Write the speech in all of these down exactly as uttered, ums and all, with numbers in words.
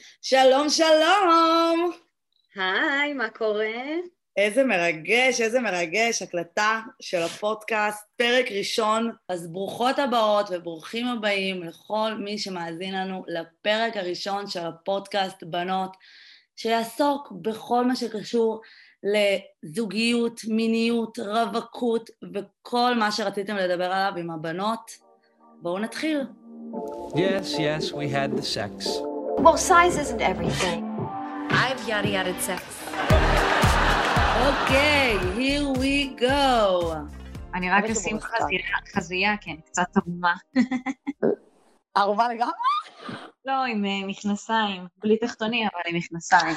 שלום, שלום. היי, מה קורה? איזה מרגש, איזה מרגש, הקלטה של הפודקאסט, פרק ראשון. אז ברוכות הבאות וברוכים הבאים לכל מי שמאזין לנו לפרק הראשון של הפודקאסט בנות, שיעסוק בכל מה שקשור לזוגיות, מיניות, רווקות וכל מה שרציתם לדבר עליו עם הבנות. בואו נתחיל. Yes, yes, we had the sex. Well, size isn't everything. I've yada yada sex. אוקיי, here we go. אני רק אשים חזייה, כן, קצת ערומה. ערומה לגמרי? לא, עם מכנסיים, בלי תחתוני, אבל עם מכנסיים.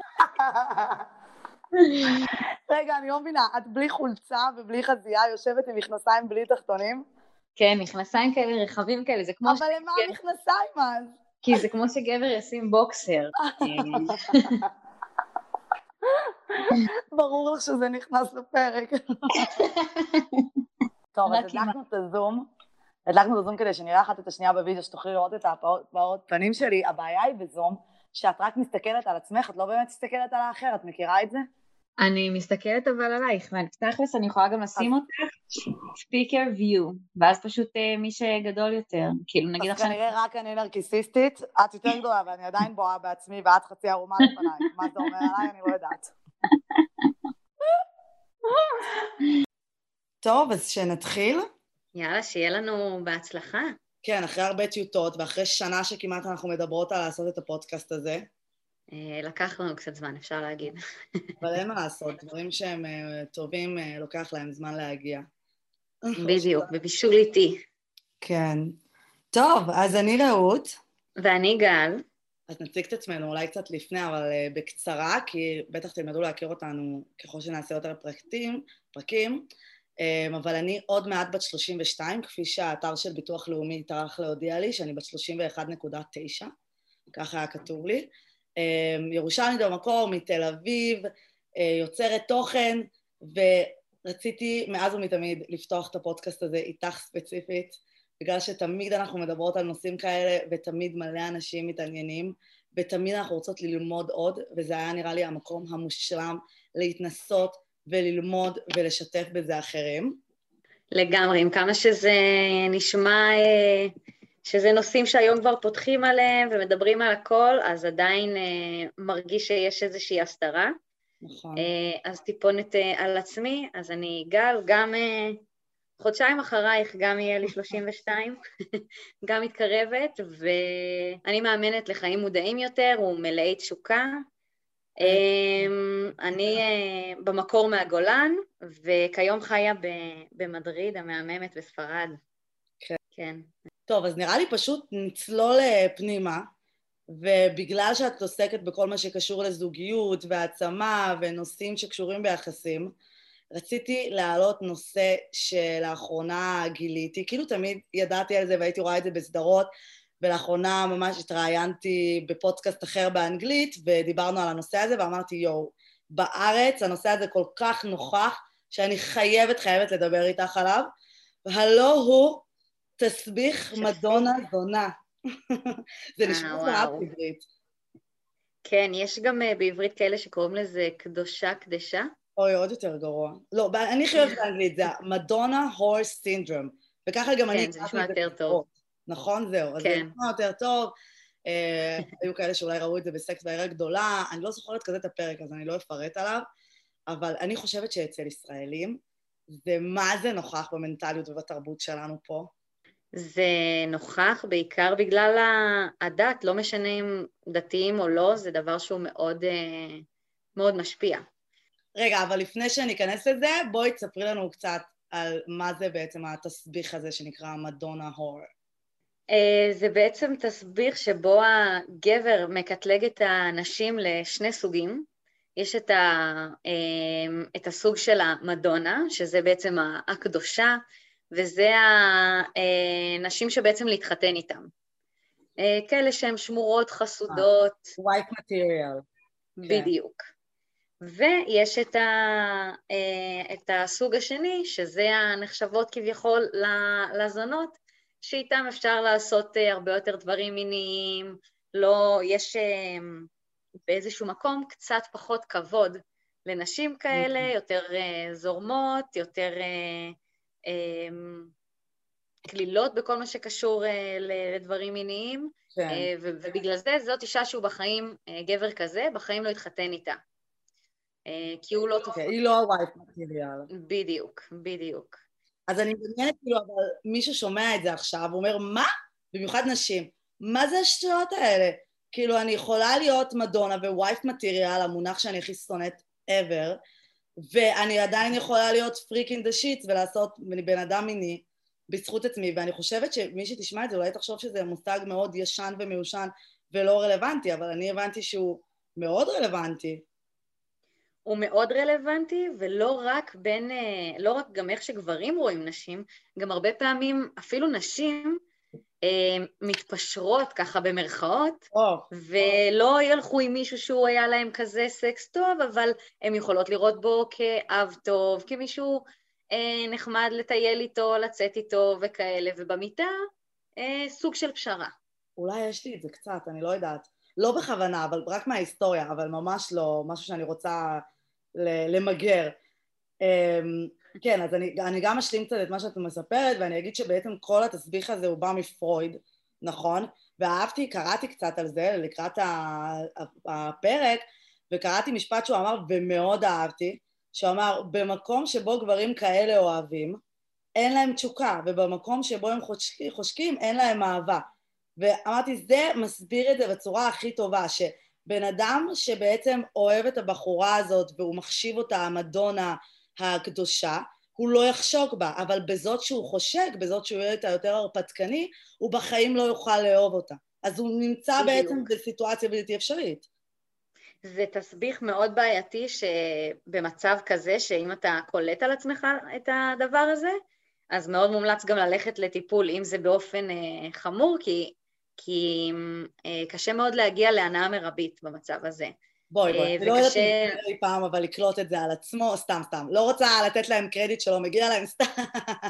רגע, אני לא מבינה, את בלי חולצה ובלי חזייה יושבת עם מכנסיים בלי תחתונים? כן, מכנסיים כאלה, רחבים כאלה, זה כמו... אבל למה המכנסיים אז? כי זה כמו שגבר ישים בוקסר. ברור לך שזה נכנס לפרק. טוב, אז הדלקנו את הזום. הדלקנו את הזום כדי שנראה אחת את השנייה בווידאו, שתוכלי לראות את ההפעות פנים שלי. הבעיה היא בזום, שאת רק מסתכלת על עצמך, את לא באמת מסתכלת על האחר, את מכירה את זה? אני מסתכלת אבל עלייך, ואני תכלס, אני יכולה גם לשים אותך ספיקר ויו, ואז פשוט מי שגדול יותר, כאילו נגיד עכשיו... אז כנראה רק אני נרקיסיסטית, את יותר גדולה, ואני עדיין בואה בעצמי, ואת חצי ערומה לפניי. מה זה אומר עליי, אני לא יודעת. טוב, אז שנתחיל. יאללה, שיהיה לנו בהצלחה. כן, אחרי הרבה טיוטות, ואחרי שנה שכמעט אנחנו מדברות על לעשות את הפודקאסט הזה. לקח לנו קצת זמן, אפשר להגיד. אבל אין מה לעשות, דברים שהם טובים, לוקח להם זמן להגיע. בדיוק, בבישול איתי. כן. טוב, אז אני רעות. ואני גל. אז נציג את עצמנו אולי קצת לפני, אבל בקצרה, כי בטח תלמדו להכיר אותנו ככל שנעשה יותר פרקים, פרקים. אבל אני עוד מעט בת שלושים ושתיים, כפי שהאתר של ביטוח לאומי טרח להודיע לי, שאני בת שלושים ואחת נקודה תשע, ככה היה כתוב לי. ירושלמית במקור, מתל אביב, יוצרת תוכן, ורציתי מאז ומתמיד לפתוח את הפודקאסט הזה איתך ספציפית, בגלל שתמיד אנחנו מדברות על נושאים כאלה, ותמיד מלא אנשים מתעניינים, ותמיד אנחנו רוצות ללמוד עוד, וזה היה נראה לי המקום המושלם להתנסות וללמוד ולשתף בזה אחרים. לגמרי, עם כמה שזה נשמע... שזה נושאים שהיום כבר פותחים עליהם ומדברים על הכל, אז עדיין אה, מרגיש שיש איזושהי הסתרה. נכון. אה, אז טיפונת אה, על עצמי, אז אני גל, גם אה, חודשיים אחרייך, גם יהיה לי שלושים ושתיים, גם מתקרבת, ואני מאמנת לחיים מודעים יותר ומלאי תשוקה. אה, אני אה, במקור מהגולן, וכיום חיה במדריד, המהממת בספרד. כן. כן. טוב, אז נראה לי פשוט נצלול פנימה, ובגלל שאת עוסקת בכל מה שקשור לזוגיות והעצמה ונושאים שקשורים ביחסים, רציתי להעלות נושא שלאחרונה גיליתי, כאילו תמיד ידעתי על זה והייתי רואה את זה בסדרות, ולאחרונה ממש התראיינתי בפודקאסט אחר באנגלית, ודיברנו על הנושא הזה ואמרתי, יואו, בארץ הנושא הזה כל כך נוכח, שאני חייבת, חייבת לדבר איתך עליו, והלא הוא, תסביך מדונה זונה. זה נשמע זהב בעברית. כן, יש גם בעברית כאלה שקוראים לזה קדושה קדשה. אוי, עוד יותר גרוע. לא, אני חייבת באנגלית, זה מדונה הורס סינדרום. וככה גם אני... כן, זה נשמע יותר טוב. נכון, זהו. אז זה נשמע יותר טוב. היו כאלה שאולי ראו את זה בסקס בעירה גדולה. אני לא זוכרת כזה את הפרק, אז אני לא אפרט עליו. אבל אני חושבת שאצל ישראלים, זה מה זה נוכח במנטליות ובתרבות שלנו פה. זה נוכח בעיקר בגלל הדת, לא משנה אם דתיים או לא, זה דבר שהוא מאוד, מאוד משפיע. רגע, אבל לפני שניכנס לזה, בואי תספרי לנו קצת על מה זה בעצם התסביך הזה שנקרא מדונה הור. זה בעצם תסביך שבו הגבר מקטלג את הנשים לשני סוגים. יש את, ה, את הסוג של המדונה, שזה בעצם הקדושה, וזה הנשים שבעצם להתחתן איתם. כאלה שהן שמורות, חסודות. white material. בדיוק. ויש את, ה, את הסוג השני, שזה הנחשבות כביכול לזונות, שאיתם אפשר לעשות הרבה יותר דברים מיניים, לא, יש באיזשהו מקום קצת פחות כבוד לנשים כאלה, יותר זורמות, יותר כלילות בכל מה שקשור לדברים מיניים, כן. ובגלל זה זאת אישה שהוא בחיים, גבר כזה, בחיים לא התחתן איתה. כי הוא לא תופס. היא לא הווייף מטריאל. בדיוק, בדיוק. אז אני מדמיינת, כאילו, אבל מישהו שומע את זה עכשיו, הוא אומר, מה? במיוחד נשים, מה זה השטויות האלה? כאילו, אני יכולה להיות מדונה ווייף מטריאל, המונח שאני הכי שונאת ever, ואני עדיין יכולה להיות freak in the shit ולעשות בן אדם מיני בזכות עצמי, ואני חושבת שמי שתשמע את זה אולי תחשוב שזה מושג מאוד ישן ומיושן ולא רלוונטי, אבל אני הבנתי שהוא מאוד רלוונטי. הוא מאוד רלוונטי, ולא רק בין, לא רק גם איך שגברים רואים נשים, גם הרבה פעמים אפילו נשים מתפשרות ככה במרכאות, oh. ולא ילכו עם מישהו שהוא היה להם כזה סקס טוב, אבל הם יכולות לראות בו כאב טוב, כמישהו נחמד לטייל איתו, לצאת איתו וכאלה, ובמיטה סוג של פשרה. אולי יש לי את זה קצת, אני לא יודעת. לא בכוונה, אבל רק מההיסטוריה, אבל ממש לא, משהו שאני רוצה למגר. כן, אז אני, אני גם אשלים קצת את מה שאת מספרת, ואני אגיד שבעצם כל התסביך הזה הוא בא מפרויד, נכון? ואהבתי, קראתי קצת על זה לקראת הפרק, וקראתי משפט שהוא אמר, ומאוד אהבתי, שהוא אמר, במקום שבו גברים כאלה אוהבים, אין להם תשוקה, ובמקום שבו הם חושקים, חושקים אין להם אהבה. ואמרתי, זה מסביר את זה בצורה הכי טובה, שבן אדם שבעצם אוהב את הבחורה הזאת, והוא מחשיב אותה המדונה הקדושה, הוא לא יחשוק בה, אבל בזאת שהוא חושק, בזאת שהוא יהיה איתה יותר הרפתקני, הוא בחיים לא יוכל לאהוב אותה. אז הוא נמצא בדיוק. בעצם בסיטואציה בלתי אפשרית. זה תסביך מאוד בעייתי שבמצב כזה, שאם אתה קולט על עצמך את הדבר הזה, אז מאוד מומלץ גם ללכת לטיפול, אם זה באופן אה, חמור, כי, כי אה, קשה מאוד להגיע להנאה מרבית במצב הזה. בואי, בואי, אני לא יודעת לי פעם, אבל לקלוט את זה על עצמו, סתם, סתם. לא רוצה לתת להם קרדיט שלא מגיע להם, סתם.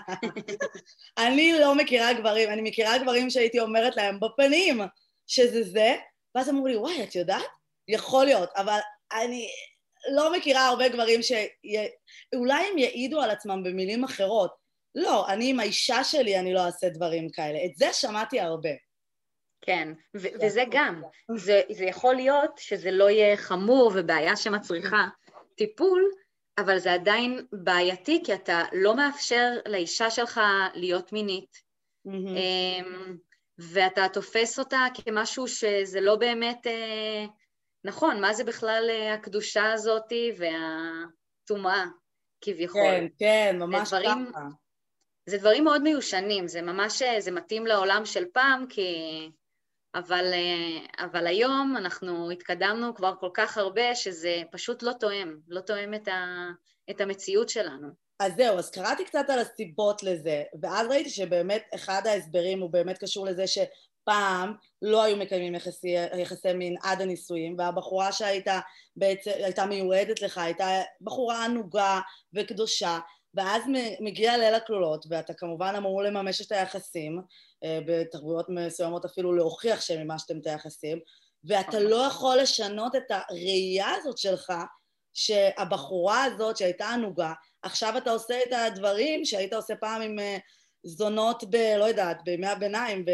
אני לא מכירה גברים, אני מכירה גברים שהייתי אומרת להם בפנים שזה זה, ואז אמרו לי, וואי, את יודעת? יכול להיות, אבל אני לא מכירה הרבה גברים שאולי הם יעידו על עצמם במילים אחרות. לא, אני עם האישה שלי, אני לא אעשה דברים כאלה. את זה שמעתי הרבה. כן, ו- וזה גם. זה, זה יכול להיות שזה לא יהיה חמור ובעיה שמצריכה טיפול, אבל זה עדיין בעייתי, כי אתה לא מאפשר לאישה שלך להיות מינית, mm-hmm. ואתה תופס אותה כמשהו שזה לא באמת נכון. מה זה בכלל הקדושה הזאת והטומאה, כביכול? כן, כן, ממש דברים, ככה. זה דברים מאוד מיושנים, זה ממש, זה מתאים לעולם של פעם, כי... אבל, אבל היום אנחנו התקדמנו כבר כל כך הרבה, שזה פשוט לא תואם, לא תואם את, ה, את המציאות שלנו. אז זהו, אז קראתי קצת על הסיבות לזה, ואז ראיתי שבאמת אחד ההסברים הוא באמת קשור לזה שפעם לא היו מקיימים יחסי, יחסי מין עד הנישואים, והבחורה שהייתה בעצם, הייתה מיועדת לך, הייתה בחורה ענוגה וקדושה, ואז מגיע ליל הכלולות, ואתה כמובן אמור לממש את היחסים, בתרבויות מסוימות אפילו להוכיח שמימשתם את היחסים, ואתה לא יכול לשנות את הראייה הזאת שלך, שהבחורה הזאת שהייתה ענוגה, עכשיו אתה עושה את הדברים שהיית עושה פעם עם זונות ב... לא יודעת, בימי הביניים,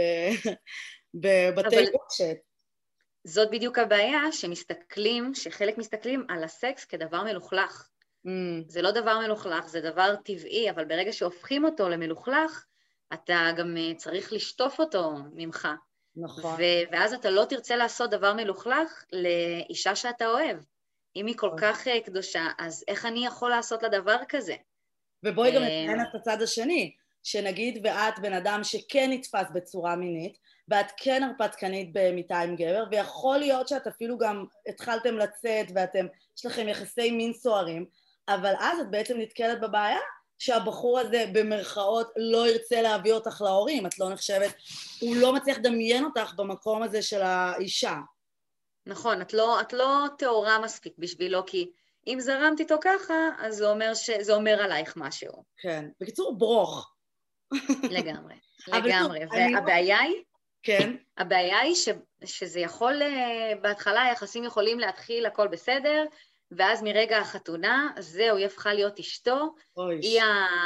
בבתי בושת. זאת בדיוק הבעיה, שמסתכלים, שחלק מסתכלים על הסקס כדבר מלוכלך. Mm. זה לא דבר מלוכלך, זה דבר טבעי, אבל ברגע שהופכים אותו למלוכלך, אתה גם צריך לשטוף אותו ממך. נכון. ו- ואז אתה לא תרצה לעשות דבר מלוכלך לאישה שאתה אוהב. אם היא כל כך קדושה, אז איך אני יכול לעשות לדבר כזה? ובואי גם נתן את הצד השני, שנגיד ואת בן אדם שכן נתפס בצורה מינית, ואת כן הרפתקנית במיטה עם גבר, ויכול להיות שאת אפילו גם התחלתם לצאת, ואתם, יש לכם יחסי מין סוערים, אבל אז את בעצם נתקלת בבעיה, שהבחור הזה במרכאות לא ירצה להביא אותך להורים, את לא נחשבת, הוא לא מצליח לדמיין אותך במקום הזה של האישה. נכון, את לא, את לא תאורה מספיק בשבילו, כי אם זרמת איתו ככה, אז זה אומר, ש... זה אומר עלייך משהו. כן, בקיצור ברוך. לגמרי, לגמרי. והבעיה היא כן. הבעיה היא ש, שזה יכול, בהתחלה היחסים יכולים להתחיל, הכל בסדר, ואז מרגע החתונה, זהו, היא הפכה להיות אשתו, אוי. היא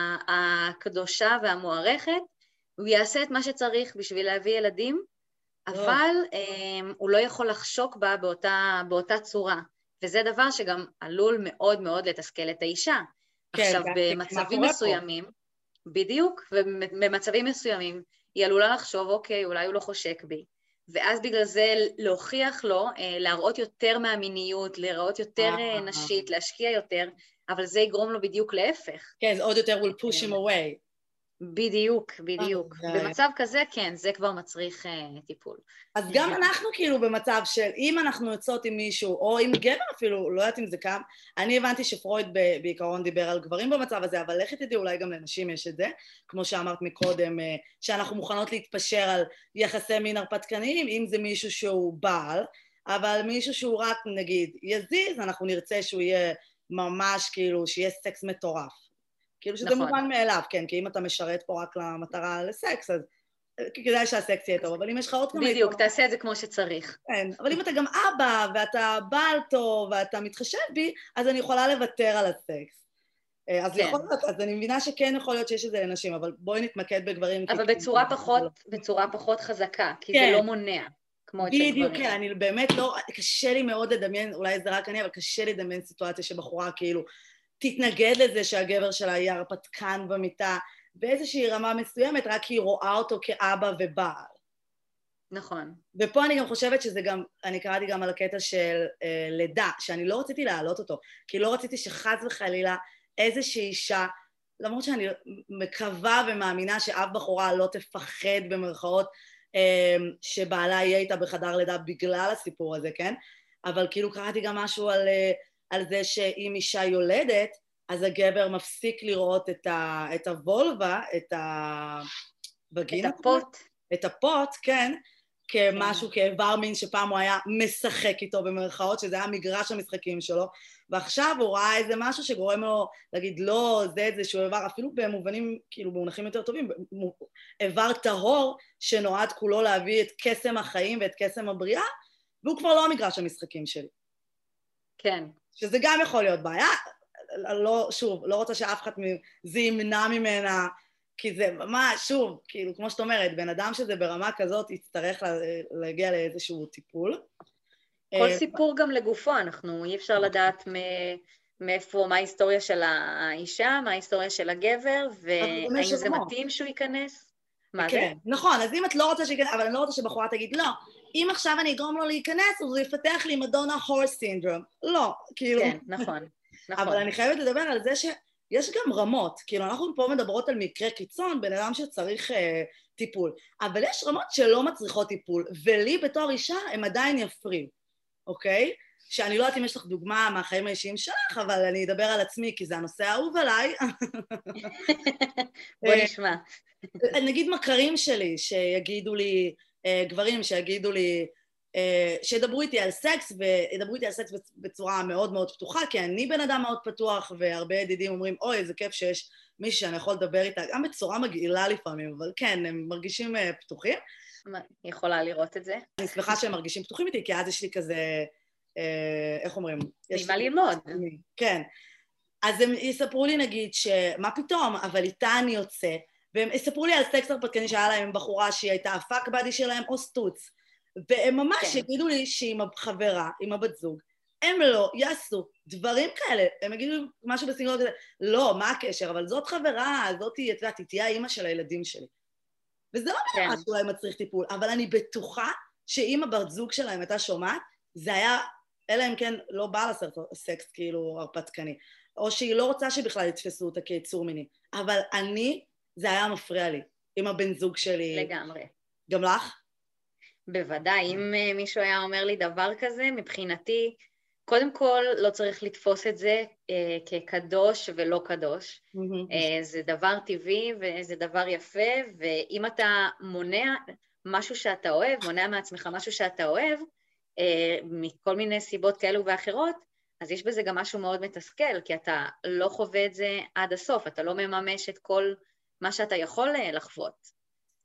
הקדושה והמוערכת, הוא יעשה את מה שצריך בשביל להביא ילדים, אבל הוא לא יכול לחשוק בה באותה, באותה צורה, וזה דבר שגם עלול מאוד מאוד לתסכל את האישה. כן, עכשיו, כן, במצבים מסוימים, בדיוק, ובמצבים מסוימים, היא עלולה לחשוב, אוקיי, אולי הוא לא חושק בי, ואז בגלל זה להוכיח לו, להראות יותר מהמיניות, להראות יותר נשית, להשקיע יותר, אבל זה יגרום לו בדיוק להפך. כן, זה עוד יותר will push him away. בדיוק, בדיוק. במצב כזה, כן, זה כבר מצריך טיפול. אז גם אנחנו כאילו במצב של אם אנחנו יוצאות עם מישהו, או עם גבר אפילו, לא יודעת אם זה קם, אני הבנתי שפרויד בעיקרון דיבר על גברים במצב הזה, אבל לכת תדעי, אולי גם לנשים יש את זה, כמו שאמרת מקודם, שאנחנו מוכנות להתפשר על יחסי מין הרפתקניים, אם זה מישהו שהוא בעל, אבל מישהו שהוא רק נגיד יזיז, אנחנו נרצה שהוא יהיה ממש כאילו, שיהיה סקס מטורף. כאילו שזה נכון. מובן מאליו, כן, כי אם אתה משרת פה רק למטרה לסקס, אז כדאי שהסקס יהיה טוב, אבל אם יש לך עוד כמה... בדיוק, תעשה את זה כמו שצריך. כן, אבל אם אתה גם אבא, ואתה בעל טוב, ואתה מתחשב בי, אז אני יכולה לוותר על הסקס. אז כן. יכול להיות, אז אני מבינה שכן יכול להיות שיש את זה לנשים, אבל בואי נתמקד בגברים. אבל בצורה פחות, בצורה פחות חזקה, כי כן. זה לא מונע, כמו אצל גברים. בדיוק, כן, אני באמת לא, קשה לי מאוד לדמיין, אולי זה רק אני, אבל קשה לי לדמיין סיטואציה שבחורה כאילו תתנגד לזה שהגבר שלה יהיה הרפתקן במיטה, באיזושהי רמה מסוימת, רק היא רואה אותו כאבא ובעל. נכון. ופה אני גם חושבת שזה גם, אני קראתי גם על הקטע של אה, לידה, שאני לא רציתי להעלות אותו, כי לא רציתי שחס וחלילה איזושהי אישה, למרות שאני מקווה ומאמינה שאף בחורה לא תפחד במרכאות, אה, שבעלה יהיה איתה בחדר לידה בגלל הסיפור הזה, כן? אבל כאילו קראתי גם משהו על, אה, על זה שאם אישה יולדת, אז הגבר מפסיק לראות את, ה, את הוולבה, את הבגינה. את הפוט. את הפוט, כן, כמשהו, כן. כאיבר מין שפעם הוא היה משחק איתו במרכאות, שזה היה מגרש המשחקים שלו, ועכשיו הוא ראה איזה משהו שגורם לו להגיד, לא, זה איזה שהוא איבר, אפילו במובנים, כאילו, במונחים יותר טובים, איבר טהור שנועד כולו להביא את קסם החיים ואת קסם הבריאה, והוא כבר לא המגרש המשחקים שלי. כן. שזה גם יכול להיות בעיה, לא, שוב, לא רוצה שאף אחד זה ימנע ממנה, כי זה ממש, שוב, כאילו, כמו שאת אומרת, בן אדם שזה ברמה כזאת יצטרך להגיע לאיזשהו טיפול. כל סיפור גם לגופו, אנחנו אי אפשר לדעת מאיפה, מה ההיסטוריה של האישה, מה ההיסטוריה של הגבר, והאם זה מתאים שהוא ייכנס? מה זה? כן, נכון, אז אם את לא רוצה שייכנס, אבל אני לא רוצה שבחורה תגיד, לא, אם עכשיו אני אגרום לו להיכנס, אז הוא יפתח לי מדונה הורס סינדרום. לא, כאילו... כן, נכון. נכון. אבל אני חייבת לדבר על זה שיש גם רמות, כאילו אנחנו פה מדברות על מקרה קיצון, בן אדם שצריך אה, טיפול, אבל יש רמות שלא מצריכות טיפול, ולי בתור אישה הם עדיין יפריעו, אוקיי? שאני לא יודעת אם יש לך דוגמה מהחיים האישיים שלך, אבל אני אדבר על עצמי, כי זה הנושא האהוב עליי. בוא נשמע. נגיד מכרים שלי, שיגידו לי, אה, גברים שיגידו לי, שידברו איתי על סקס, וידברו איתי על סקס בצורה מאוד מאוד פתוחה, כי אני בן אדם מאוד פתוח, והרבה ידידים אומרים, אוי, איזה כיף שיש מישהו שאני יכול לדבר איתה, גם בצורה מגעילה לפעמים, אבל כן, הם מרגישים פתוחים. אני יכולה לראות את זה. אני שמחה שהם מרגישים פתוחים איתי, כי אז יש לי כזה, איך אומרים? יש מה ללמוד. כן. אז הם יספרו לי, נגיד, שמה פתאום, אבל איתה אני יוצא, והם יספרו לי על סקס הרפתקני שהיה להם בחורה שהיא הייתה הפאק בדי שלהם או סטוץ, והם ממש יגידו לי שעם החברה, עם הבת זוג, הם לא יעשו דברים כאלה, הם יגידו משהו בסגנון כזה, לא, מה הקשר, אבל זאת חברה, זאת היא, את יודעת, היא תהיה האמא של הילדים שלי. וזה לא ממש שאולי מצריך טיפול, אבל אני בטוחה שאם הבת זוג שלהם הייתה שומעת, זה היה, אלא אם כן לא בא לעשות סקס כאילו הרפתקני, או שהיא לא רוצה שבכלל יתפסו אותה כיצור מיני, אבל אני, זה היה מפריע לי, עם הבן זוג שלי. לגמרי. גם לך? בוודאי, אם מישהו היה אומר לי דבר כזה, מבחינתי, קודם כל לא צריך לתפוס את זה אה, כקדוש ולא קדוש. אה, זה דבר טבעי וזה דבר יפה, ואם אתה מונע משהו שאתה אוהב, מונע מעצמך משהו שאתה אוהב, אה, מכל מיני סיבות כאלו ואחרות, אז יש בזה גם משהו מאוד מתסכל, כי אתה לא חווה את זה עד הסוף, אתה לא מממש את כל מה שאתה יכול לחוות.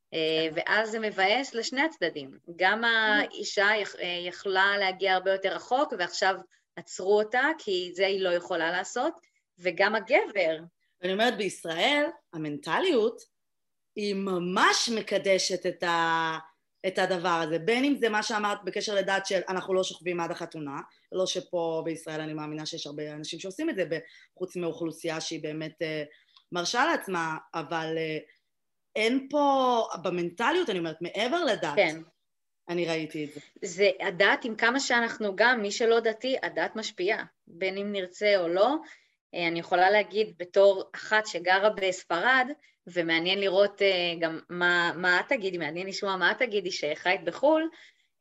ואז זה מבאס לשני הצדדים. גם האישה יכלה להגיע הרבה יותר רחוק, ועכשיו עצרו אותה, כי זה היא לא יכולה לעשות, וגם הגבר. ואני אומרת, בישראל, המנטליות היא ממש מקדשת את, ה... את הדבר הזה. בין אם זה מה שאמרת בקשר לדת של אנחנו לא שוכבים עד החתונה, לא שפה בישראל אני מאמינה שיש הרבה אנשים שעושים את זה, חוץ מאוכלוסייה שהיא באמת מרשה לעצמה, אבל אין פה, במנטליות אני אומרת, מעבר לדת, כן. אני ראיתי את זה. זה הדת, עם כמה שאנחנו גם, מי שלא דתי, הדת משפיעה, בין אם נרצה או לא. אני יכולה להגיד בתור אחת שגרה בספרד, ומעניין לראות גם מה, מה את תגידי, מעניין לשמוע מה את תגידי שחיית בחול,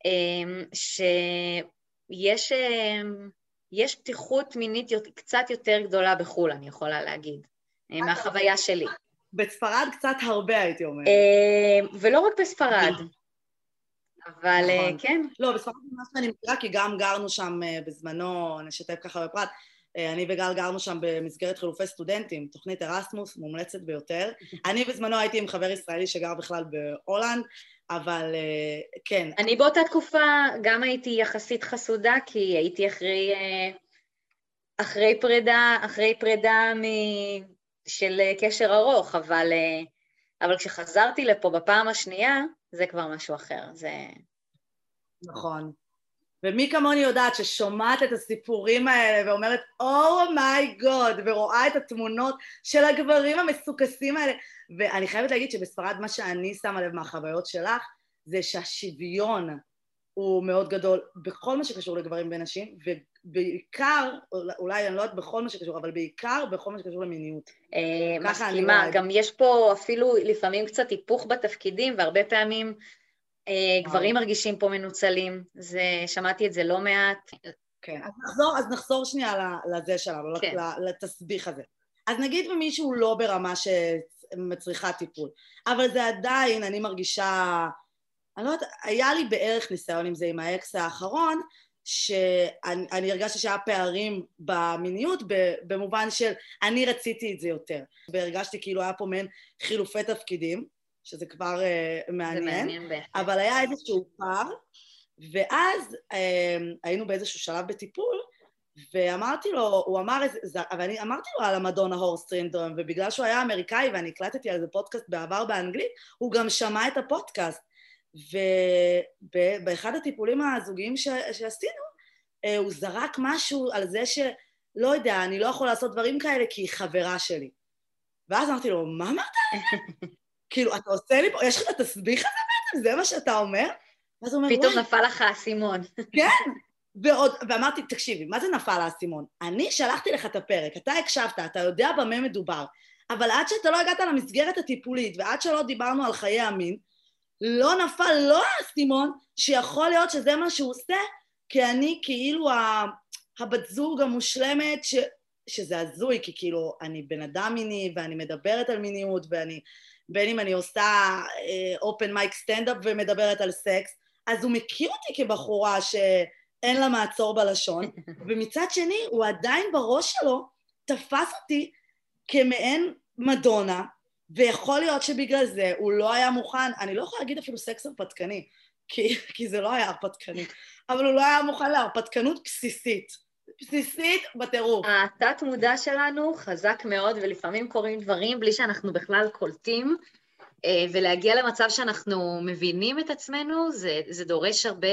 שיש יש פתיחות מינית קצת יותר גדולה בחול, אני יכולה להגיד, מהחוויה שלי. בספרד קצת הרבה הייתי אומרת. ולא רק בספרד, אבל כן. לא, בספרד זה מה שאני מכירה, כי גם גרנו שם בזמנו, נשתף ככה בפרט, אני וגל גרנו שם במסגרת חילופי סטודנטים, תוכנית ארסמוס, מומלצת ביותר. אני בזמנו הייתי עם חבר ישראלי שגר בכלל בהולנד, אבל כן. אני באותה תקופה גם הייתי יחסית חסודה, כי הייתי אחרי, אחרי פרידה, אחרי פרידה מ... של קשר ארוך, אבל, אבל כשחזרתי לפה בפעם השנייה, זה כבר משהו אחר. זה... נכון. ומי כמוני יודעת ששומעת את הסיפורים האלה ואומרת, אומייגוד, ורואה את התמונות של הגברים המסוכסים האלה. ואני חייבת להגיד שבספרד מה שאני שמה לב מהחוויות שלך, זה שהשוויון הוא מאוד גדול בכל מה שקשור לגברים ונשים, ובעיקר, אולי אני לא יודעת בכל מה שקשור, אבל בעיקר בכל מה שקשור למיניות. מסכימה, גם יש פה אפילו לפעמים קצת היפוך בתפקידים, והרבה פעמים, גברים מרגישים פה מנוצלים, זה, שמעתי את זה לא מעט. כן, אז נחזור, אז נחזור שנייה לזה שלנו, כן. לתסביך הזה. אז נגיד ומישהו לא ברמה שמצריכה טיפול, אבל זה עדיין, אני מרגישה, אני לא יודעת, היה לי בערך ניסיון עם זה עם האקס האחרון, שאני אני הרגשתי שהיה פערים במיניות, במובן של אני רציתי את זה יותר, והרגשתי כאילו היה פה מעין חילופי תפקידים, שזה כבר uh, מעניין, מעניין אבל היה איזשהו פער, ואז uh, היינו באיזשהו שלב בטיפול, ואמרתי לו, הוא אמר, ואני אמרתי לו על המדונה הורס סינדרום, ובגלל שהוא היה אמריקאי ואני הקלטתי על זה פודקאסט בעבר באנגלית, הוא גם שמע את הפודקאסט, ובאחד הטיפולים הזוגיים ש, שעשינו, uh, הוא זרק משהו על זה שלא יודע, אני לא יכול לעשות דברים כאלה כי היא חברה שלי. ואז אמרתי לו, מה אמרת? כאילו, אתה עושה לי פה, יש לך את התסביך הזה בעצם? זה מה שאתה אומר? ואז הוא אומר, פתאום נפל לך האסימון. כן, ועוד, ואמרתי, תקשיבי, מה זה נפל האסימון? אני שלחתי לך את הפרק, אתה הקשבת, אתה יודע במה מדובר, אבל עד שאתה לא הגעת למסגרת הטיפולית, ועד שלא דיברנו על חיי המין, לא נפל לא האסימון, שיכול להיות שזה מה שהוא עושה, כי אני כאילו הבת זוג המושלמת, ש, שזה הזוי, כי כאילו אני בן אדם מיני, ואני מדברת על מיניות, ואני... בין אם אני עושה אופן מייק סטנדאפ ומדברת על סקס, אז הוא מכיר אותי כבחורה שאין לה מעצור בלשון, ומצד שני הוא עדיין בראש שלו תפס אותי כמעין מדונה, ויכול להיות שבגלל זה הוא לא היה מוכן, אני לא יכולה להגיד אפילו סקס הרפתקני, כי, כי זה לא היה הרפתקני, אבל הוא לא היה מוכן להרפתקנות בסיסית. בסיסית בטירוף. התת מודע שלנו חזק מאוד, ולפעמים קורים דברים בלי שאנחנו בכלל קולטים, ולהגיע למצב שאנחנו מבינים את עצמנו, זה, זה דורש הרבה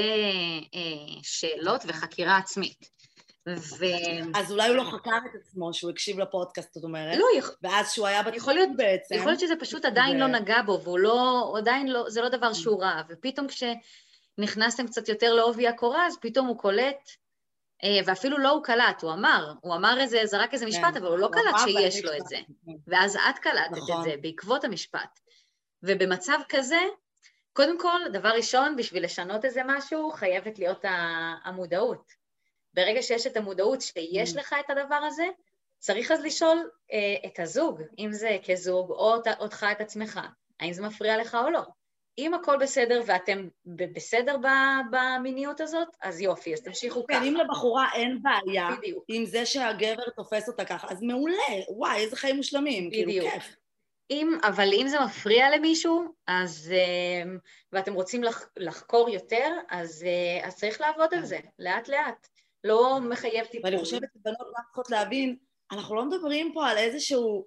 שאלות וחקירה עצמית. ו... אז אולי הוא לא חקר את עצמו, שהוא הקשיב לפודקאסט, זאת אומרת, לא, יכ... ואז שהוא היה בתחום בעצם. יכול להיות שזה פשוט עדיין ו... לא נגע בו, והוא לא, עדיין לא, זה לא דבר שהוא רע, ופתאום כשנכנסתם קצת יותר לעובי הקורה, אז פתאום הוא קולט, ואפילו לא הוא קלט, הוא אמר, הוא אמר איזה, זרק איזה משפט, אבל הוא לא קלט שיש לו את זה. ואז את קלטת את זה בעקבות המשפט. ובמצב כזה, קודם כל, דבר ראשון, בשביל לשנות איזה משהו, חייבת להיות המודעות. ברגע שיש את המודעות שיש לך את הדבר הזה, צריך אז לשאול את הזוג, אם זה כזוג, או אותך את עצמך, האם זה מפריע לך או לא. אם הכל בסדר ואתם בסדר במיניות הזאת, אז יופי, אז תמשיכו ככה. אם לבחורה אין בעיה, עם זה שהגבר תופס אותה ככה, אז מעולה, וואי, איזה חיים מושלמים, כאילו כיף. אם, אבל אם זה מפריע למישהו, אז, ואתם רוצים לח, לחקור יותר, אז, אז צריך לעבוד על זה, לאט לאט. לא מחייב טיפול. ואני חושבת שבנות לא צריכות להבין, אנחנו לא מדברים פה על איזשהו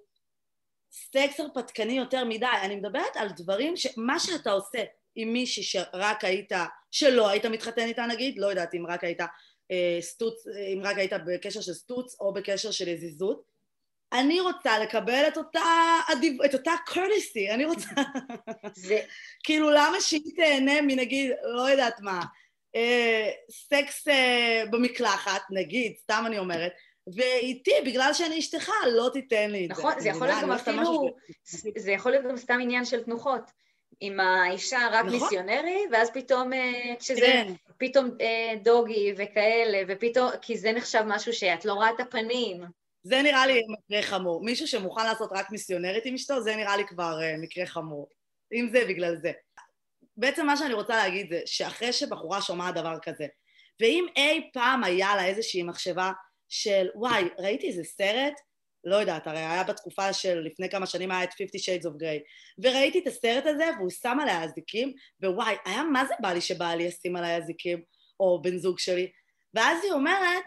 סקס הרפתקני יותר מדי, אני מדברת על דברים שמה שאתה עושה עם מישהי שרק היית, שלא היית מתחתן איתה נגיד, לא יודעת אם רק היית אה, סטוץ, אם רק היית בקשר של סטוץ או בקשר של יזיזות, אני רוצה לקבל את אותה, את אותה courtesy, אני רוצה, זה... כאילו למה שהיא תהנה מנגיד, לא יודעת מה, אה, סקס אה, במקלחת, נגיד, סתם אני אומרת, ואיתי, בגלל שאני אשתך, לא תיתן לי את זה. נכון, זה יכול להיות גם אפילו, זה יכול להיות גם סתם עניין של תנוחות. עם האישה רק מיסיונרי, ואז פתאום, כשזה פתאום דוגי וכאלה, ופתאום, כי זה נחשב משהו שאת לא רואה את הפנים. זה נראה לי מקרה חמור. מישהו שמוכן לעשות רק מיסיונרית עם אשתו, זה נראה לי כבר מקרה חמור. אם זה בגלל זה. בעצם מה שאני רוצה להגיד זה, שאחרי שבחורה שומעת דבר כזה, ואם אי פעם היה לה איזושהי מחשבה, של וואי, ראיתי איזה סרט, לא יודעת, הרי היה בתקופה של לפני כמה שנים היה את Fifty Shades of Grey, וראיתי את הסרט הזה והוא שם עליי אזיקים, ווואי, היה מה זה בא לי שבא לי ישים עליי אזיקים, או בן זוג שלי, ואז היא אומרת,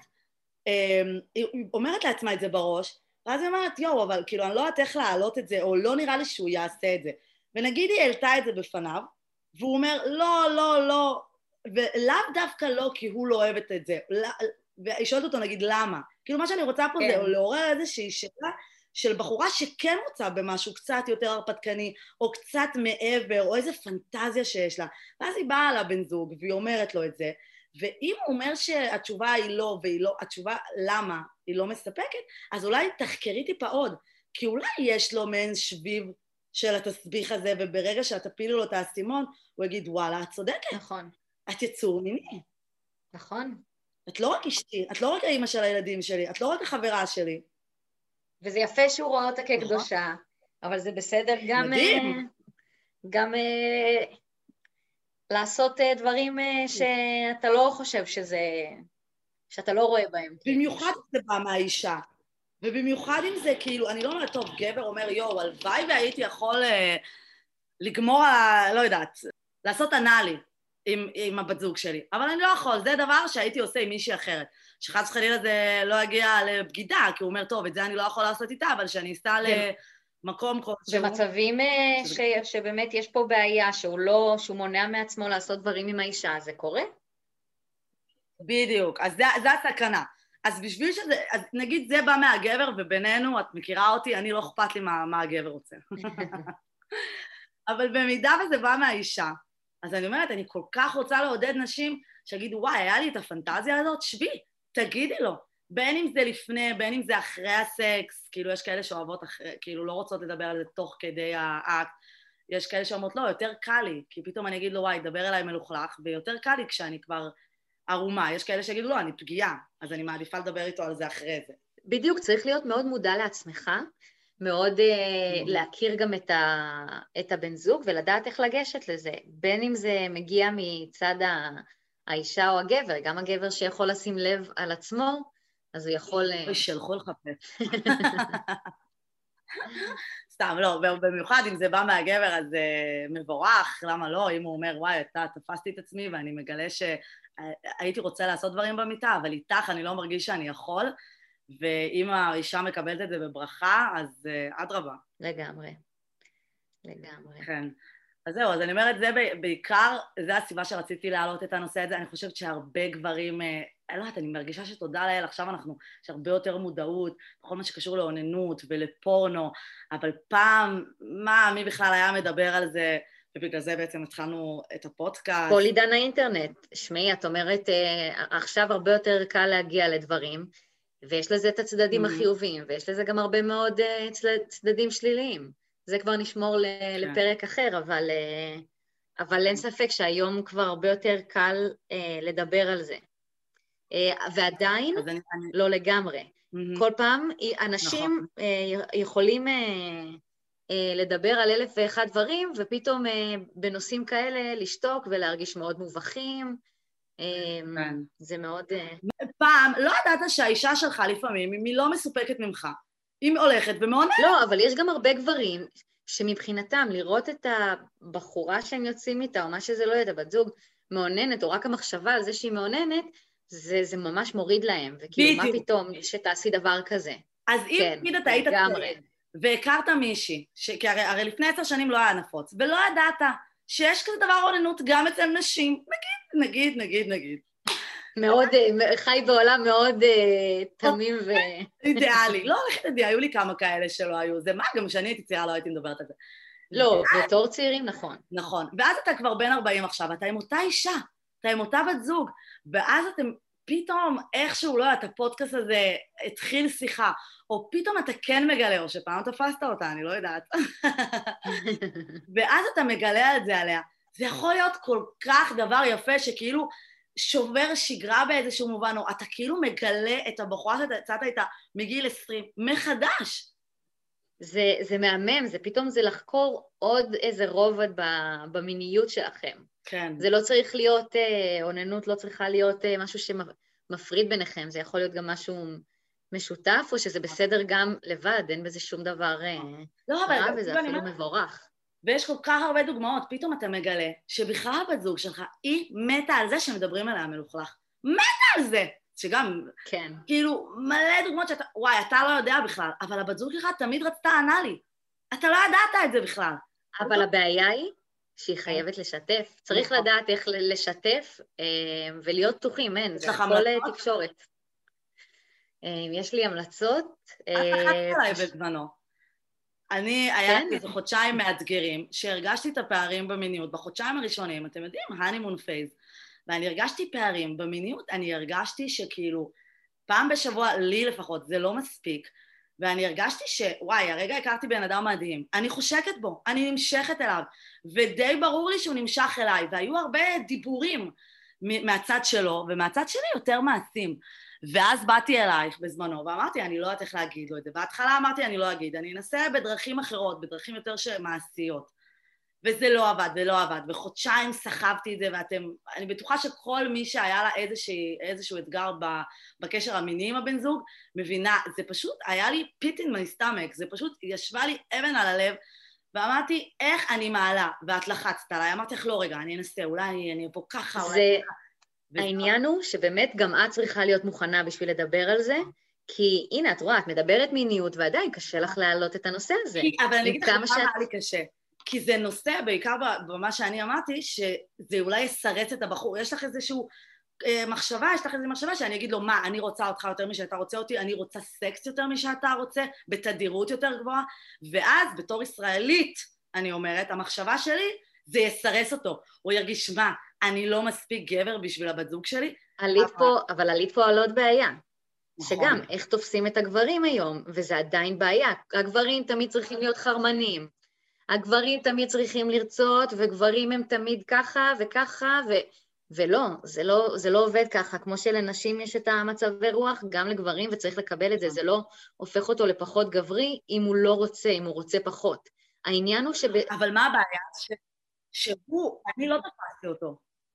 היא אומרת לעצמה את זה בראש, ואז היא אומרת, יואו, אבל כאילו אני לא יודעת איך להעלות את זה, או לא נראה לי שהוא יעשה את זה, ונגיד היא העלתה את זה בפניו, והוא אומר, לא, לא, לא, ולאו דווקא לא, כי הוא לא אוהב את זה, והיא שואלת אותו, נגיד, למה? כאילו, מה שאני רוצה פה כן. זה לעורר איזושהי שאלה של בחורה שכן רוצה במשהו קצת יותר הרפתקני, או קצת מעבר, או איזה פנטזיה שיש לה. ואז היא באה לבן זוג, והיא אומרת לו את זה, ואם הוא אומר שהתשובה היא לא, והיא לא, התשובה למה היא לא מספקת, אז אולי תחקרי טיפה עוד, כי אולי יש לו מעין שביב של התסביך הזה, וברגע שאת תפילו לו את האסימון, הוא יגיד, וואלה, את צודקת. נכון. את יצור מיני. נכון. את לא רק אשתי, את לא רק האמא של הילדים שלי, את לא רק החברה שלי. וזה יפה שהוא רואה אותה כקדושה, אבל זה בסדר גם... מדהים. גם לעשות דברים שאתה לא חושב שזה... שאתה לא רואה בהם. במיוחד זה בא מהאישה. ובמיוחד אם זה כאילו, אני לא אומרת, טוב, גבר אומר, יו, הלוואי והייתי יכול לגמור, לא יודעת, לעשות אנאלי. עם, עם הבת זוג שלי, אבל אני לא יכול, זה דבר שהייתי עושה עם מישהי אחרת, שחד וחלילה זה לא יגיע לבגידה, כי הוא אומר, טוב, את זה אני לא יכול לעשות איתה, אבל שאני אסתה למקום כלשהו. במצבים ש, שבאמת יש פה בעיה, שהוא לא, שהוא מונע מעצמו לעשות דברים עם האישה, זה קורה? בדיוק, אז זה, זה הסכנה. אז בשביל שזה, אז נגיד זה בא מהגבר, ובינינו, את מכירה אותי, אני לא אכפת לי מה, מה הגבר רוצה. אבל במידה וזה בא מהאישה, אז אני אומרת, אני כל כך רוצה לעודד נשים שיגידו, וואי, היה לי את הפנטזיה הזאת, שבי, תגידי לו. בין אם זה לפני, בין אם זה אחרי הסקס, כאילו יש כאלה שאוהבות אחרי, כאילו לא רוצות לדבר על זה תוך כדי האקט, יש כאלה שאומרות, לא, יותר קל לי, כי פתאום אני אגיד לו, וואי, דבר אליי מלוכלך, ויותר קל לי כשאני כבר ערומה. יש כאלה שיגידו, לא, אני פגיעה, אז אני מעדיפה לדבר איתו על זה אחרי זה. בדיוק, צריך להיות מאוד מודע לעצמך, מאוד uh, להכיר גם את, ה, את הבן זוג ולדעת איך לגשת לזה, בין אם זה מגיע מצד ה, האישה או הגבר, גם הגבר שיכול לשים לב על עצמו, אז הוא יכול... אוי, שלחו לחפש. סתם, לא, במיוחד אם זה בא מהגבר, אז uh, מבורך, למה לא? אם הוא אומר, וואי, אתה תפסתי את עצמי ואני מגלה שהייתי רוצה לעשות דברים במיטה, אבל איתך אני לא מרגיש שאני יכול, ואם האישה מקבלת את זה בברכה, אז uh, אדרבה. לגמרי. לגמרי. כן. אז זהו, אז אני אומרת, זה בעיקר, זה הסיבה שרציתי להעלות את הנושא הזה, אני חושבת שהרבה גברים, אני לא יודעת, אני מרגישה שתודה לאל, עכשיו אנחנו, יש הרבה יותר מודעות, בכל מה שקשור לאוננות ולפורנו, אבל פעם, מה, מי בכלל היה מדבר על זה, ובגלל זה בעצם התחלנו את הפודקאסט. כל עידן האינטרנט, שמי, את אומרת, עכשיו הרבה יותר קל להגיע לדברים, ויש לזה את הצדדים החיוביים, ויש לזה גם הרבה מאוד צדדים שליליים. זה כבר נשמור לפרק אחר, אבל, אבל אין ספק שהיום כבר הרבה יותר קל לדבר על זה. ועדיין, אני, אני... לא לגמרי. Mm-hmm. כל פעם אנשים נכון. יכולים לדבר על אלף ואחד דברים, ופתאום בנושאים כאלה לשתוק ולהרגיש מאוד מובכים, כן. זה מאוד... פעם, לא ידעת שהאישה שלך לפעמים, אם היא לא מסופקת ממך, היא הולכת ומעונה. לא, אבל יש גם הרבה גברים שמבחינתם לראות את הבחורה שהם יוצאים איתה, או מה שזה לא יהיה, בת זוג מעוננת, או רק המחשבה על זה שהיא מעוננת, זה, זה ממש מוריד להם, וכאילו מה פתאום שתעשי דבר כזה. אז אם כן, תגיד אתה היית צעיר, והכרת מישהי, ש... כי הרי, הרי לפני עשר שנים לא היה נפוץ, ולא ידעת שיש כזה דבר עוננות גם אצל נשים, נגיד, נגיד, נגיד, נגיד. מאוד, חי בעולם מאוד תמים ו... אידיאלי, לא הולכת לדעי, היו לי כמה כאלה שלא היו, זה מה, גם כשאני הייתי צעירה לא הייתי מדברת על זה. לא, בתור צעירים, נכון. נכון, ואז אתה כבר בן ארבעים עכשיו, אתה עם אותה אישה, אתה עם אותה בת זוג, ואז אתם פתאום איכשהו, לא יודעת, הפודקאסט הזה התחיל שיחה, או פתאום אתה כן מגלה, או שפעם תפסת אותה, אני לא יודעת. ואז אתה מגלה את זה עליה. זה יכול להיות כל כך דבר יפה, שכאילו שובר שגרה באיזשהו מובן, או אתה כאילו מגלה את הבחורה שאתה יצאת איתה מגיל עשרים, מחדש. זה, זה מהמם, זה פתאום זה לחקור עוד איזה רובד במיניות שלכם. כן. זה לא צריך להיות, עוננות לא צריכה להיות משהו שמפריד ביניכם, זה יכול להיות גם משהו משותף, או שזה בסדר גם לבד, אין בזה שום דבר לא, רע, וזה אפילו מבורך. ויש כל כך הרבה דוגמאות, פתאום אתה מגלה שבכלל הבת זוג שלך, היא מתה על זה שמדברים עליה מלוכלך. מתה על זה! שגם, כן. כאילו, מלא דוגמאות שאתה, וואי, אתה לא יודע בכלל, אבל הבת זוג שלך תמיד רצתה ענה לי. אתה לא ידעת את זה בכלל. אבל הבעיה היא שהיא חייבת לשתף. צריך לדעת איך לשתף ולהיות פתוחים, אין, זה הכל תקשורת. יש לי המלצות. את לחצת עליי בזמנו. אני, היה לי איזה חודשיים מאתגרים, שהרגשתי את הפערים במיניות. בחודשיים הראשונים, אתם יודעים, הנימון פייז, ואני הרגשתי פערים במיניות, אני הרגשתי שכאילו, פעם בשבוע, לי לפחות, זה לא מספיק, ואני הרגשתי שוואי, הרגע הכרתי בן אדם מדהים, אני חושקת בו, אני נמשכת אליו, ודי ברור לי שהוא נמשך אליי, והיו הרבה דיבורים מהצד שלו, ומהצד שלי יותר מעשים. ואז באתי אלייך בזמנו, ואמרתי, אני לא יודעת איך להגיד לו את זה. בהתחלה אמרתי, אני לא אגיד, אני אנסה בדרכים אחרות, בדרכים יותר מעשיות. וזה לא עבד, זה לא עבד. וחודשיים סחבתי את זה, ואתם, אני בטוחה שכל מי שהיה לה איזשהו, איזשהו אתגר בקשר המיני עם הבן זוג, מבינה, זה פשוט, היה לי פיטין מהסתמק, זה פשוט ישבה לי אבן על הלב, ואמרתי, איך אני מעלה? ואת לחצת עליי, אמרתי לך, לא רגע, אני אנסה, אולי אני אבוא ככה, זה... אולי... העניין הוא שבאמת גם את צריכה להיות מוכנה בשביל לדבר על זה, כי הנה, את רואה, את מדברת מיניות, ועדיין קשה לך להעלות את הנושא הזה. אבל אני אגיד לך מה היה לי קשה, כי זה נושא, בעיקר במה שאני אמרתי, שזה אולי יסרץ את הבחור. יש לך איזשהו מחשבה, יש לך איזו מחשבה שאני אגיד לו, מה, אני רוצה אותך יותר משאתה רוצה אותי, אני רוצה סקס יותר משאתה רוצה, בתדירות יותר גבוהה, ואז בתור ישראלית, אני אומרת, המחשבה שלי, זה יסרס אותו. הוא ירגיש, מה, אני לא מספיק גבר בשביל הבת זוג שלי. עלית פה, אבל עלית פה על עוד בעיה. שגם, איך תופסים את הגברים היום, וזה עדיין בעיה. הגברים תמיד צריכים להיות חרמנים. הגברים תמיד צריכים לרצות, וגברים הם תמיד ככה וככה, ו... ולא, זה לא, זה לא עובד ככה. כמו שלנשים יש את המצבי רוח, גם לגברים, וצריך לקבל את זה. זה לא הופך אותו לפחות גברי, אם הוא לא רוצה, אם הוא רוצה פחות. העניין הוא שב... אבל מה הבעיה? ש... שהוא, אני לא תפסתי אותו.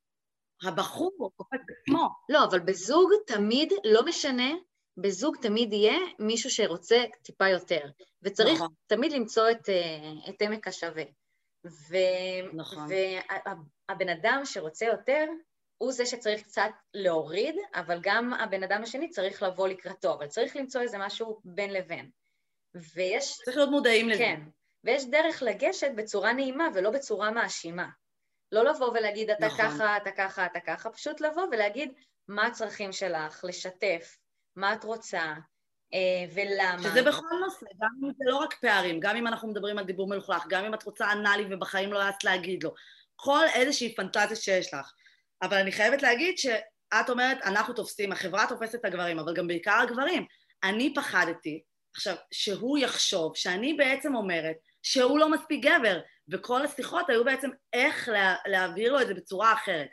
הבחור הוא קופץ בעצמו. לא, אבל בזוג תמיד, לא משנה, בזוג תמיד יהיה מישהו שרוצה טיפה יותר, וצריך נכון. תמיד למצוא את, את עמק השווה. ו... נכון. והבן אדם שרוצה יותר, הוא זה שצריך קצת להוריד, אבל גם הבן אדם השני צריך לבוא לקראתו, אבל צריך למצוא איזה משהו בין לבין. ויש... צריך להיות מודעים לזה. כן. ויש דרך לגשת בצורה נעימה ולא בצורה מאשימה. לא לבוא ולהגיד אתה נכון. ככה, אתה ככה, אתה ככה, פשוט לבוא ולהגיד מה הצרכים שלך, לשתף, מה את רוצה אה, ולמה. שזה בכל נושא, גם אם זה לא רק פערים, גם אם אנחנו מדברים על דיבור מלוכלך, גם אם את רוצה ענה לי ובחיים לא יעשת להגיד לו, כל איזושהי פנטזיה שיש לך. אבל אני חייבת להגיד שאת אומרת, אנחנו תופסים, החברה תופסת את הגברים, אבל גם בעיקר הגברים. אני פחדתי, עכשיו, שהוא יחשוב שאני בעצם אומרת, שהוא לא מספיק גבר, וכל השיחות היו בעצם איך לה, להעביר לו את זה בצורה אחרת.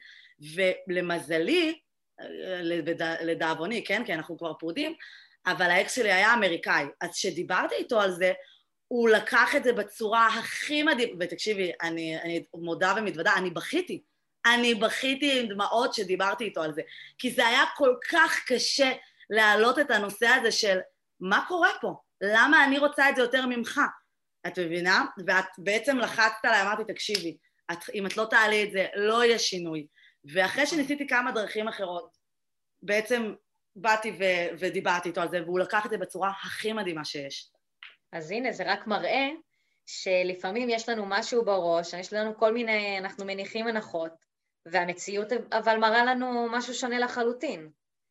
ולמזלי, לדאבוני, כן, כי אנחנו כבר פרודים, אבל האקס שלי היה אמריקאי, אז כשדיברתי איתו על זה, הוא לקח את זה בצורה הכי מדהים, ותקשיבי, אני, אני מודה ומתוודה, אני בכיתי, אני בכיתי עם דמעות שדיברתי איתו על זה, כי זה היה כל כך קשה להעלות את הנושא הזה של מה קורה פה? למה אני רוצה את זה יותר ממך? את מבינה? ואת בעצם לחצת עליי, אמרתי, תקשיבי, את, אם את לא תעלי את זה, לא יהיה שינוי. ואחרי שניסיתי כמה דרכים אחרות, בעצם באתי ו- ודיברתי איתו על זה, והוא לקח את זה בצורה הכי מדהימה שיש. אז הנה, זה רק מראה שלפעמים יש לנו משהו בראש, יש לנו כל מיני, אנחנו מניחים הנחות, והמציאות אבל מראה לנו משהו שונה לחלוטין.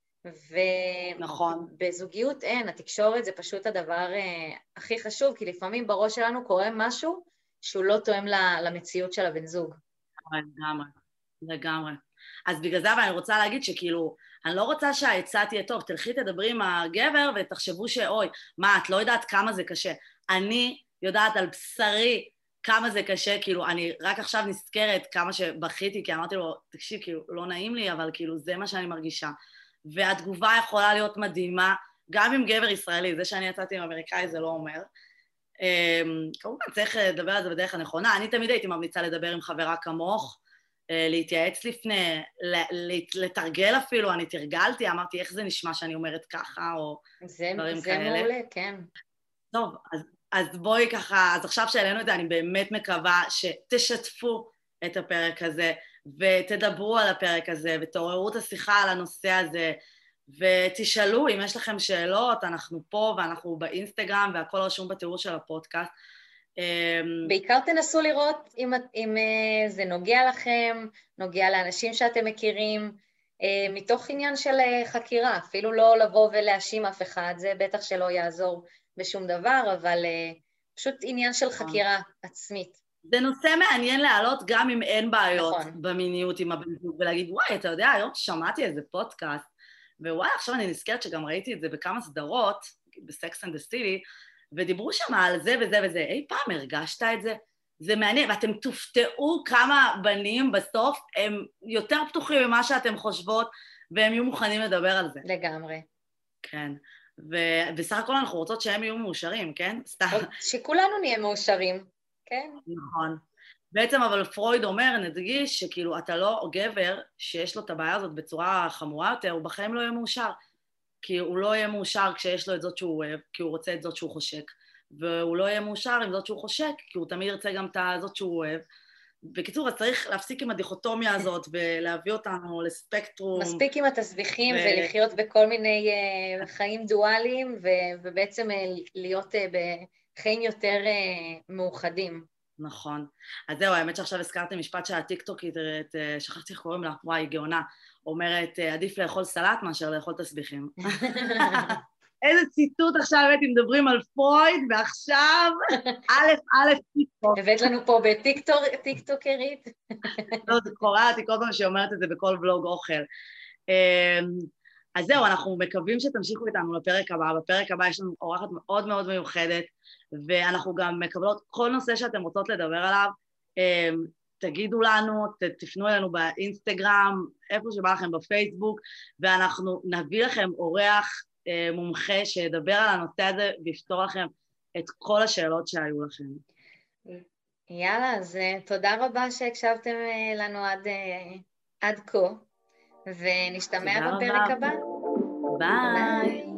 נכון. ובזוגיות אין, התקשורת זה פשוט הדבר אה, הכי חשוב, כי לפעמים בראש שלנו קורה משהו שהוא לא תואם למציאות של הבן זוג. לגמרי, לגמרי. אז בגלל זה אני רוצה להגיד שכאילו, אני לא רוצה שהעצה תהיה טוב, תלכי תדברי עם הגבר ותחשבו שאוי, מה, את לא יודעת כמה זה קשה. אני יודעת על בשרי כמה זה קשה, כאילו, אני רק עכשיו נזכרת כמה שבכיתי, כי אמרתי לו, תקשיב, כאילו, לא נעים לי, אבל כאילו, זה מה שאני מרגישה. והתגובה יכולה להיות מדהימה, גם עם גבר ישראלי, זה שאני יצאתי עם אמריקאי זה לא אומר. כמובן, צריך לדבר על זה בדרך הנכונה. אני תמיד הייתי ממליצה לדבר עם חברה כמוך, להתייעץ לפני, לתרגל אפילו, אני תרגלתי, אמרתי איך זה נשמע שאני אומרת ככה, או זה, דברים זה כאלה. זה מעולה, כן. טוב, אז, אז בואי ככה, אז עכשיו שהעלינו את זה, אני באמת מקווה שתשתפו את הפרק הזה, ותדברו על הפרק הזה, ותעוררו את השיחה על הנושא הזה, ותשאלו אם יש לכם שאלות, אנחנו פה ואנחנו באינסטגרם, והכל רשום בתיאור של הפודקאסט. בעיקר תנסו לראות אם, אם זה נוגע לכם, נוגע לאנשים שאתם מכירים, מתוך עניין של חקירה, אפילו לא לבוא ולהאשים אף אחד, זה בטח שלא יעזור בשום דבר, אבל פשוט עניין של חקירה עצמית. זה נושא מעניין להעלות גם אם אין בעיות נכון. במיניות עם הבן זוג, ולהגיד, וואי, אתה יודע, היום שמעתי איזה פודקאסט, ווואי, עכשיו אני נזכרת שגם ראיתי את זה בכמה סדרות, בסקס אנד דה סיטי, ודיברו שם על זה וזה וזה, אי פעם הרגשת את זה? זה מעניין, ואתם תופתעו כמה בנים בסוף הם יותר פתוחים ממה שאתם חושבות, והם יהיו מוכנים לדבר על זה. לגמרי. כן, ובסך הכל אנחנו רוצות שהם יהיו מאושרים, כן? סתם. שכולנו נהיה מאושרים, כן? נכון. בעצם אבל פרויד אומר, נדגיש, שכאילו אתה לא גבר שיש לו את הבעיה הזאת בצורה חמורה יותר, הוא בחיים לא יהיה מאושר. כי הוא לא יהיה מאושר כשיש לו את זאת שהוא אוהב, כי הוא רוצה את זאת שהוא חושק, והוא לא יהיה מאושר עם זאת שהוא חושק, כי הוא תמיד ירצה גם את זאת שהוא אוהב. בקיצור, אז צריך להפסיק עם הדיכוטומיה הזאת, ולהביא אותנו לספקטרום. מספיק עם התסביכים, ו... ולחיות בכל מיני uh, חיים דואליים, ו- ובעצם uh, להיות uh, בחיים יותר uh, מאוחדים. נכון. אז זהו, האמת שעכשיו הזכרתי משפט שהטיקטוקית, שכחתי איך קוראים לה, וואי, גאונה, אומרת, עדיף לאכול סלט מאשר לאכול תסביכים. איזה ציטוט עכשיו הבאתי, מדברים על פרויד, ועכשיו, א', א', טיקטוק. הבאת לנו פה בטיקטוקרית. לא, זה קורא אותי כל פעם שאומרת את זה בכל ולוג אוכל. אז זהו, אנחנו מקווים שתמשיכו איתנו לפרק הבא. בפרק הבא יש לנו אורחת מאוד מאוד מיוחדת, ואנחנו גם מקבלות כל נושא שאתם רוצות לדבר עליו. תגידו לנו, תפנו אלינו באינסטגרם, איפה שבא לכם בפייסבוק, ואנחנו נביא לכם אורח מומחה שידבר על הנושא הזה ויפתור לכם את כל השאלות שהיו לכם. יאללה, אז תודה רבה שהקשבתם לנו עד, עד כה, ונשתמע בפרק הבא. ביי.